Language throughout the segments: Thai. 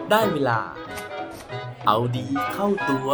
ได้เวลาเอาดีเข้าตัว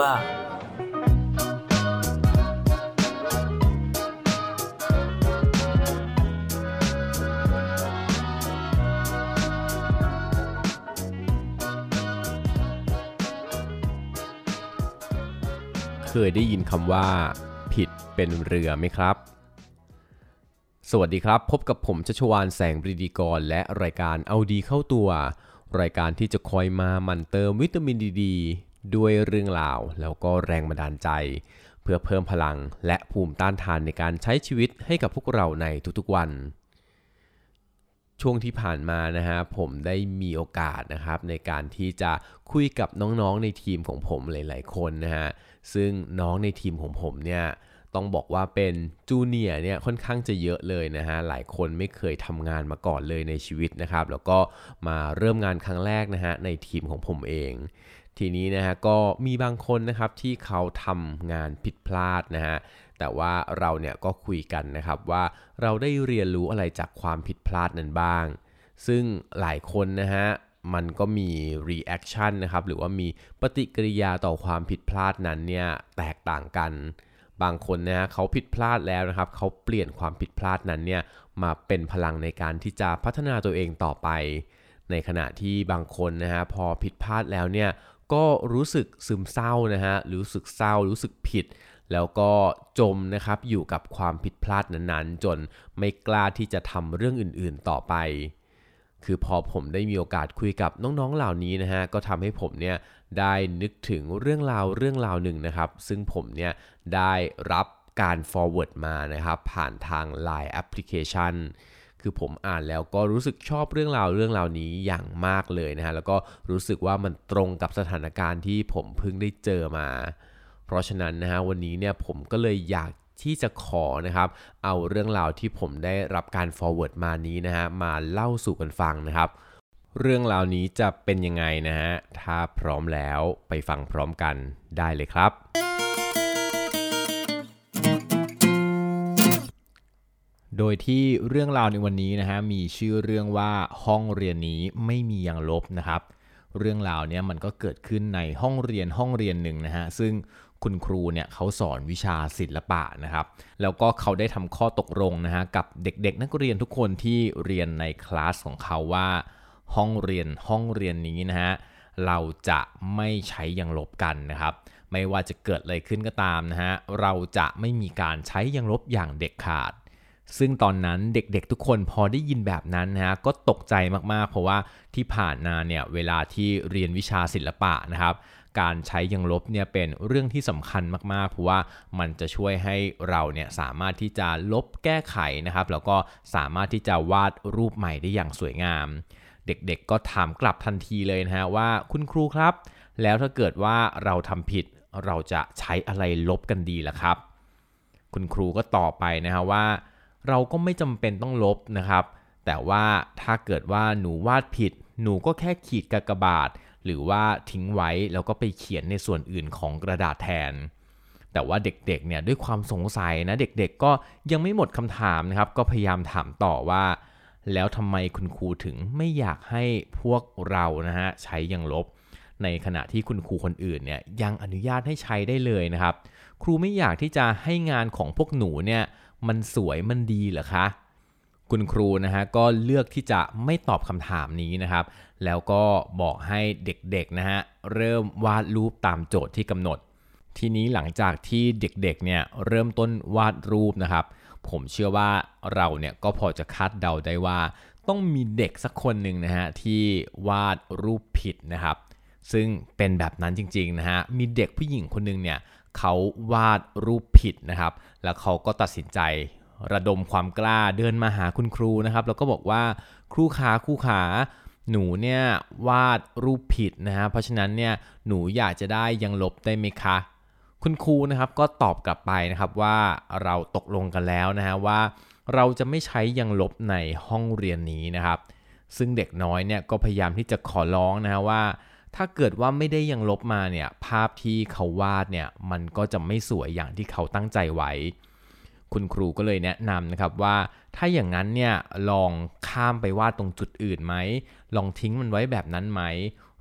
เคยได้ยินคำว่าผิดเป็นเรือไหมครับสวัสดีครับพบกับผมชัชวาลแสงปรีดีกรและรายการเอาดีเข้าตัวรายการที่จะคอยมาหมั่นเติมวิตามินดีด้วยเรื่องราวแล้วก็แรงบันดาลใจเพื่อเพิ่มพลังและภูมิต้านทานในการใช้ชีวิตให้กับพวกเราในทุกๆวันช่วงที่ผ่านมานะฮะผมได้มีโอกาสนะครับในการที่จะคุยกับน้องๆในทีมของผมหลายๆคนนะฮะซึ่งน้องในทีมของผมเนี่ยต้องบอกว่าเป็นจูเนียร์เนี่ยค่อนข้างจะเยอะเลยนะฮะหลายคนไม่เคยทำงานมาก่อนเลยในชีวิตนะครับแล้วก็มาเริ่มงานครั้งแรกนะฮะในทีมของผมเองทีนี้นะฮะก็มีบางคนนะครับที่เขาทำงานผิดพลาดนะฮะแต่ว่าเราเนี่ยก็คุยกันนะครับว่าเราได้เรียนรู้อะไรจากความผิดพลาดนั้นบ้างซึ่งหลายคนนะฮะมันก็มี reaction นะครับหรือว่ามีปฏิกิริยาต่อความผิดพลาดนั้นเนี่ยแตกต่างกันบางคนนะฮะเขาผิดพลาดแล้วนะครับเขาเปลี่ยนความผิดพลาดนั้นเนี่ยมาเป็นพลังในการที่จะพัฒนาตัวเองต่อไปในขณะที่บางคนนะฮะพอผิดพลาดแล้วเนี่ยก็รู้สึกซึมเศร้านะฮะรู้สึกเศร้ารู้สึกผิดแล้วก็จมนะครับอยู่กับความผิดพลาดนั้นๆจนไม่กล้าที่จะทำเรื่องอื่นๆต่อไปคือพอผมได้มีโอกาสคุยกับน้องๆเหล่านี้นะฮะก็ทำให้ผมเนี่ยได้นึกถึงเรื่องราวหนึ่งนะครับซึ่งผมเนี่ยได้รับการ forward มานะครับผ่านทาง LINE application คือผมอ่านแล้วก็รู้สึกชอบเรื่องราวนี้อย่างมากเลยนะฮะแล้วก็รู้สึกว่ามันตรงกับสถานการณ์ที่ผมเพิ่งได้เจอมาเพราะฉะนั้นนะฮะวันนี้เนี่ยผมก็เลยอยากที่จะขอนะครับเอาเรื่องราวที่ผมได้รับการ forward มานี้นะฮะมาเล่าสู่กันฟังนะครับเรื่องราวนี้จะเป็นยังไงนะฮะถ้าพร้อมแล้วไปฟังพร้อมกันได้เลยครับโดยที่เรื่องราวในวันนี้นะฮะมีชื่อเรื่องว่าห้องเรียนนี้ไม่มียังลบนะครับเรื่องราวเนี้ยมันก็เกิดขึ้นในห้องเรียนหนึ่งนะฮะซึ่งคุณครูเนี่ยเขาสอนวิชาศิลปะนะครับแล้วก็เขาได้ทำข้อตกลงนะฮะกับเด็กๆนักเรียนทุกคนที่เรียนในคลาสของเขาว่าห้องเรียนนี้นะฮะเราจะไม่ใช้ยังลบกันนะครับไม่ว่าจะเกิดอะไรขึ้นก็ตามนะฮะเราจะไม่มีการใช้ยังลบอย่างเด็ดขาดซึ่งตอนนั้นเด็กๆทุกคนพอได้ยินแบบนั้นนะฮะก็ตกใจมากๆเพราะว่าที่ผ่านมาเนี่ยเวลาที่เรียนวิชาศิลปะนะครับการใช้ยังลบเนี่ยเป็นเรื่องที่สำคัญมากๆเพราะว่ามันจะช่วยให้เราเนี่ยสามารถที่จะลบแก้ไขนะครับแล้วก็สามารถที่จะวาดรูปใหม่ได้อย่างสวยงามเด็กๆก็ถามกลับทันทีเลยนะฮะว่าคุณครูครับแล้วถ้าเกิดว่าเราทำผิดเราจะใช้อะไรลบกันดีล่ะครับคุณครูก็ตอบไปนะฮะว่าเราก็ไม่จำเป็นต้องลบนะครับแต่ว่าถ้าเกิดว่าหนูวาดผิดหนูก็แค่ขีดกากบาทหรือว่าทิ้งไว้แล้วก็ไปเขียนในส่วนอื่นของกระดาษแทนแต่ว่าเด็กๆเนี่ยด้วยความสงสัยนะเด็กๆก็ยังไม่หมดคำถามนะครับก็พยายามถามต่อว่าแล้วทำไมคุณครูถึงไม่อยากให้พวกเรานะฮะใช้ยังลบในขณะที่คุณครูคนอื่นเนี่ยยังอนุญาตให้ใช้ได้เลยนะครับครูไม่อยากที่จะให้งานของพวกหนูเนี่ยมันสวยมันดีเหรอคะคุณครูนะฮะก็เลือกที่จะไม่ตอบคำถามนี้นะครับแล้วก็บอกให้เด็กๆนะฮะเริ่มวาดรูปตามโจทย์ที่กำหนดทีนี้หลังจากที่เด็กๆเนี่ยเริ่มต้นวาดรูปนะครับผมเชื่อว่าเราเนี่ยก็พอจะคาดเดาได้ว่าต้องมีเด็กสักคนหนึ่งนะฮะที่วาดรูปผิดนะครับซึ่งเป็นแบบนั้นจริงๆนะฮะมีเด็กผู้หญิงคนนึงเนี่ยเขาวาดรูปผิดนะครับแล้วเขาก็ตัดสินใจระดมความกล้าเดินมาหาคุณครูนะครับแล้วก็บอกว่าครูขาหนูเนี่ยวาดรูปผิดนะฮะเพราะฉะนั้นเนี่ยหนูอยากจะได้ยังลบได้ไหมคะคุณครูนะครับก็ตอบกลับไปนะครับว่าเราตกลงกันแล้วนะฮะว่าเราจะไม่ใช้ยังลบในห้องเรียนนี้นะครับซึ่งเด็กน้อยเนี่ยก็พยายามที่จะขอร้องนะฮะว่าถ้าเกิดว่าไม่ได้ยังลบมาเนี่ยภาพที่เขาวาดเนี่ยมันก็จะไม่สวยอย่างที่เขาตั้งใจไว้คุณครูก็เลยแนะนำนะครับว่าถ้าอย่างนั้นเนี่ยลองข้ามไปวาดตรงจุดอื่นไหมลองทิ้งมันไว้แบบนั้นไหม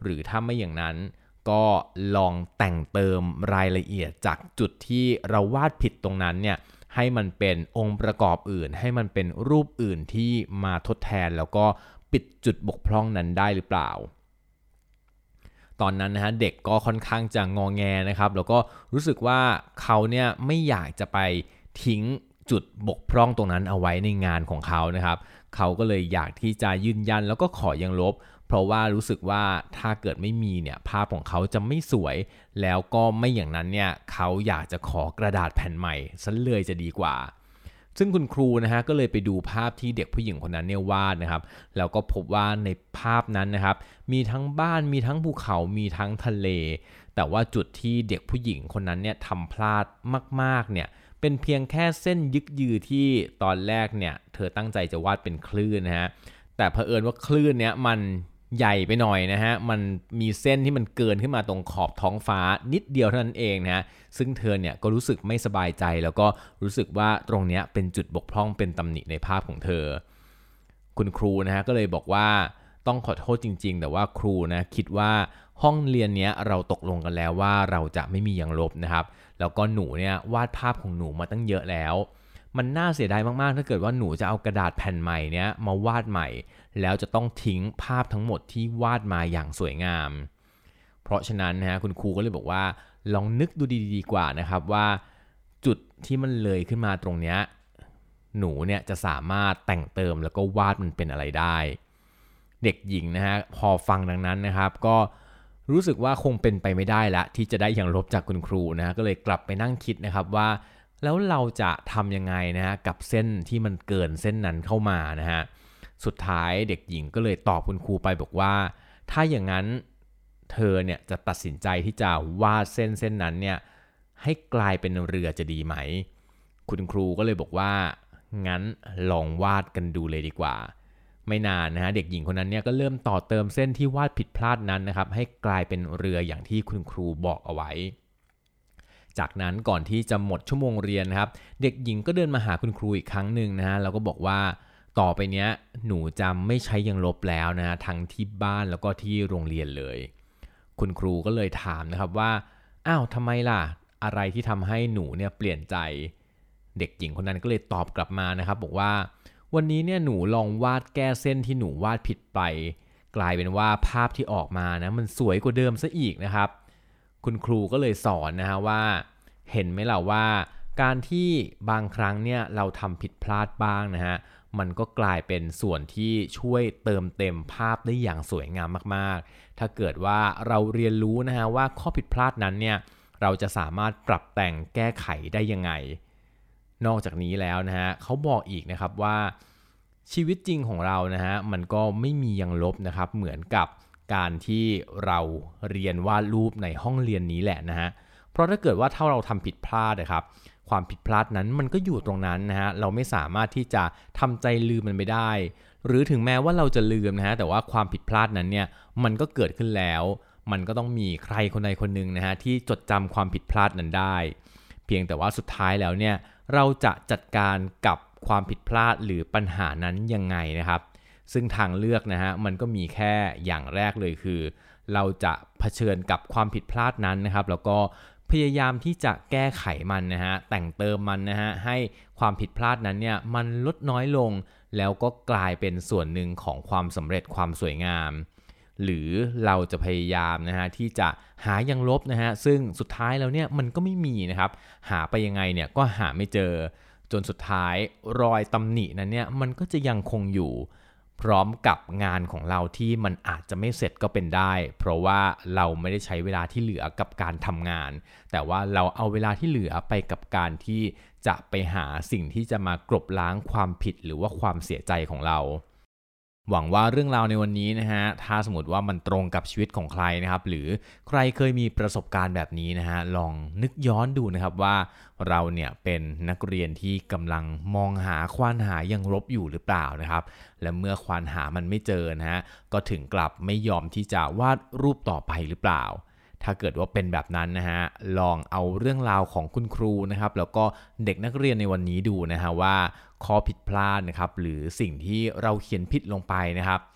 หรือถ้าไม่อย่างนั้นก็ลองแต่งเติมรายละเอียดจากจุดที่เราวาดผิดตรงนั้นเนี่ยให้มันเป็นองค์ประกอบอื่นให้มันเป็นรูปอื่นที่มาทดแทนแล้วก็ปิดจุดบกพร่องนั้นได้หรือเปล่าตอนนั้นนะฮะเด็กก็ค่อนข้างจะงอแงนะครับแล้วก็รู้สึกว่าเขาเนี่ยไม่อยากจะไปทิ้งจุดบกพร่องตรงนั้นเอาไว้ในงานของเขานะครับเขาก็เลยอยากที่จะยืนยันแล้วก็ขอยังลบเพราะว่ารู้สึกว่าถ้าเกิดไม่มีเนี่ยภาพของเขาจะไม่สวยแล้วก็ไม่อย่างนั้นเนี่ยเขาอยากจะขอกระดาษแผ่นใหม่ซะเลยจะดีกว่าซึ่งคุณครูนะฮะก็เลยไปดูภาพที่เด็กผู้หญิงคนนั้นเนี่ยวาดนะครับแล้วก็พบว่าในภาพนั้นนะครับมีทั้งบ้านมีทั้งภูเขามีทั้งทะเลแต่ว่าจุดที่เด็กผู้หญิงคนนั้นเนี่ยทำพลาดมากๆเนี่ยเป็นเพียงแค่เส้นยึกยือที่ตอนแรกเนี่ยเธอตั้งใจจะวาดเป็นคลื่นนะฮะแต่เผอิญว่าคลื่นเนี้ยมันใหญ่ไปหน่อยนะฮะมันมีเส้นที่มันเกินขึ้นมาตรงขอบท้องฟ้านิดเดียวเท่านั้นเองนะฮะซึ่งเธอเนี่ยก็รู้สึกไม่สบายใจแล้วก็รู้สึกว่าตรงเนี้ยเป็นจุดบกพร่องเป็นตำหนิในภาพของเธอคุณครูนะฮะก็เลยบอกว่าต้องขอโทษจริงๆแต่ว่าครูนะคิดว่าห้องเรียนเนี้ยเราตกลงกันแล้วว่าเราจะไม่มีอย่างลบนะครับแล้วก็หนูเนี่ยวาดภาพของหนูมาตั้งเยอะแล้วมันน่าเสียดายมากๆถ้าเกิดว่าหนูจะเอากระดาษแผ่นใหม่เนี้ยมาวาดใหม่แล้วจะต้องทิ้งภาพทั้งหมดที่วาดมาอย่างสวยงามเพราะฉะนั้นนะฮะคุณครูก็เลยบอกว่าลองนึกดูดีๆกว่านะครับว่าจุดที่มันเลยขึ้นมาตรงเนี้ยหนูเนี่ยจะสามารถแต่งเติมแล้วก็วาดมันเป็นอะไรได้เด็กหญิงนะฮะพอฟังดังนั้นนะครับก็รู้สึกว่าคงเป็นไปไม่ได้ละที่จะได้อย่างลบจากคุณครูนะฮะก็เลยกลับไปนั่งคิดนะครับว่าแล้วเราจะทำยังไงนะฮะกับเส้นที่มันเกินเส้นนั้นเข้ามานะฮะสุดท้ายเด็กหญิงก็เลยตอบคุณครูไปบอกว่าถ้าอย่างนั้นเธอเนี่ยจะตัดสินใจที่จะวาดเส้นนั้นเนี่ยให้กลายเป็นเรือจะดีไหมคุณครูก็เลยบอกว่างั้นลองวาดกันดูเลยดีกว่าไม่นานนะฮะเด็กหญิงคนนั้นเนี่ยก็เริ่มต่อเติมเส้นที่วาดผิดพลาดนั้นนะครับให้กลายเป็นเรืออย่างที่คุณครูบอกเอาไว้จากนั้นก่อนที่จะหมดชั่วโมงเรียนนะครับเด็กหญิงก็เดินมาหาคุณครูอีกครั้งหนึ่งนะฮะแล้วก็บอกว่าต่อไปเนี้ยหนูจะไม่ใช้ยังลบแล้วนะฮะทั้งที่บ้านแล้วก็ที่โรงเรียนเลยคุณครูก็เลยถามนะครับว่าอ้าวทำไมล่ะอะไรที่ทำให้หนูเนี่ยเปลี่ยนใจเด็กหญิงคนนั้นก็เลยตอบกลับมานะครับบอกว่าวันนี้เนี่ยหนูลองวาดแก้เส้นที่หนูวาดผิดไปกลายเป็นว่าภาพที่ออกมานะมันสวยกว่าเดิมซะอีกนะครับคุณครูก็เลยสอนนะฮะว่าเห็นไหมล่ะว่าการที่บางครั้งเนี่ยเราทำผิดพลาดบ้างนะฮะมันก็กลายเป็นส่วนที่ช่วยเติมเต็มภาพได้อย่างสวยงามมากๆถ้าเกิดว่าเราเรียนรู้นะฮะว่าข้อผิดพลาดนั้นเนี่ยเราจะสามารถปรับแต่งแก้ไขได้ยังไงนอกจากนี้แล้วนะฮะเขาบอกอีกนะครับว่าชีวิตจริงของเรานะฮะมันก็ไม่มียังลบนะครับเหมือนกับการที่เราเรียนวาดรูปในห้องเรียนนี้แหละนะฮะเพราะถ้าเกิดว่าถ้าเราทำผิดพลาดนะครับความผิดพลาดนั้นมันก็อยู่ตรงนั้นนะฮะเราไม่สามารถที่จะทำใจลืมมันไปได้หรือถึงแม้ว่าเราจะลืมนะฮะแต่ว่าความผิดพลาดนั้นเนี่ยมันก็เกิดขึ้นแล้วมันก็ต้องมีใครคนใดคนหนึ่งนะฮะที่จดจำความผิดพลาดนั้นได้เพียงแต่ว่าสุดท้ายแล้วเนี่ยเราจะจัดการกับความผิดพลาดหรือปัญหานั้นยังไงนะครับซึ่งทางเลือกนะฮะมันก็มีแค่อย่างแรกเลยคือเราจะเผชิญกับความผิดพลาดนั้นนะครับแล้วก็พยายามที่จะแก้ไขมันนะฮะแต่งเติมมันนะฮะให้ความผิดพลาดนั้นเนี่ยมันลดน้อยลงแล้วก็กลายเป็นส่วนหนึ่งของความสำเร็จความสวยงามหรือเราจะพยายามนะฮะที่จะหายังลบนะฮะซึ่งสุดท้ายแล้วเนี่ยมันก็ไม่มีนะครับหาไปยังไงเนี่ยก็หาไม่เจอจนสุดท้ายรอยตำหนินั้นเนี่ยมันก็จะยังคงอยู่พร้อมกับงานของเราที่มันอาจจะไม่เสร็จก็เป็นได้เพราะว่าเราไม่ได้ใช้เวลาที่เหลือกับการทำงานแต่ว่าเราเอาเวลาที่เหลือไปกับการที่จะไปหาสิ่งที่จะมากลบล้างความผิดหรือว่าความเสียใจของเราหวังว่าเรื่องราวในวันนี้นะฮะถ้าสมมติว่ามันตรงกับชีวิตของใครนะครับหรือใครเคยมีประสบการณ์แบบนี้นะฮะลองนึกย้อนดูนะครับว่าเราเนี่ยเป็นนักเรียนที่กำลังมองหาควานหายังลบอยู่หรือเปล่านะครับและเมื่อควานหามันไม่เจอนะฮะก็ถึงกลับไม่ยอมที่จะวาดรูปต่อไปหรือเปล่าถ้าเกิดว่าเป็นแบบนั้นนะฮะลองเอาเรื่องราวของคุณครูนะครับแล้วก็เด็กนักเรียนในวันนี้ดูนะฮะว่าข้อผิดพลาดนะครับหรือสิ่งที่เราเขียนผิดลงไปนะครับ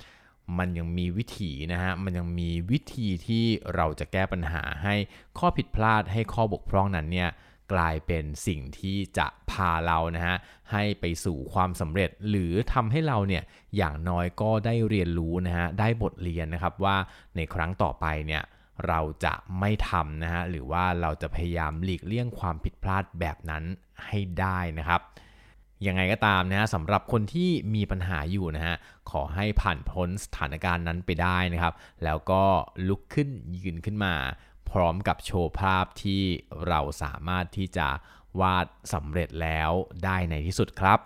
มันยังมีวิธีนะฮะมันยังมีวิธีที่เราจะแก้ปัญหาให้ข้อผิดพลาดให้ข้อบกพร่องนั้นเนี่ยกลายเป็นสิ่งที่จะพาเรานะฮะให้ไปสู่ความสำเร็จหรือทำให้เราเนี่ยอย่างน้อยก็ได้เรียนรู้นะฮะได้บทเรียนนะครับว่าในครั้งต่อไปเนี่ยเราจะไม่ทำนะฮะหรือว่าเราจะพยายามหลีกเลี่ยงความผิดพลาดแบบนั้นให้ได้นะครับยังไงก็ตามนะฮะสำหรับคนที่มีปัญหาอยู่นะฮะขอให้ผ่านพ้นสถานการณ์นั้นไปได้นะครับแล้วก็ลุกขึ้นยืนขึ้นมาพร้อมกับโชว์ภาพที่เราสามารถที่จะวาดสำเร็จแล้วได้ในที่สุดครับ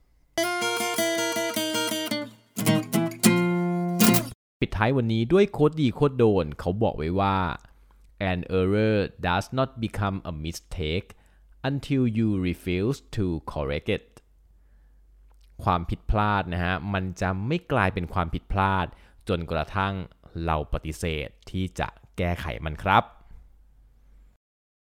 ปิดท้ายวันนี้ด้วยโค้ดดีโค้ดโดนเขาบอกไว้ว่า An error does not become a mistake until you refuse to correct it ความผิดพลาดนะฮะมันจะไม่กลายเป็นความผิดพลาดจนกระทั่งเราปฏิเสธที่จะแก้ไขมันครับ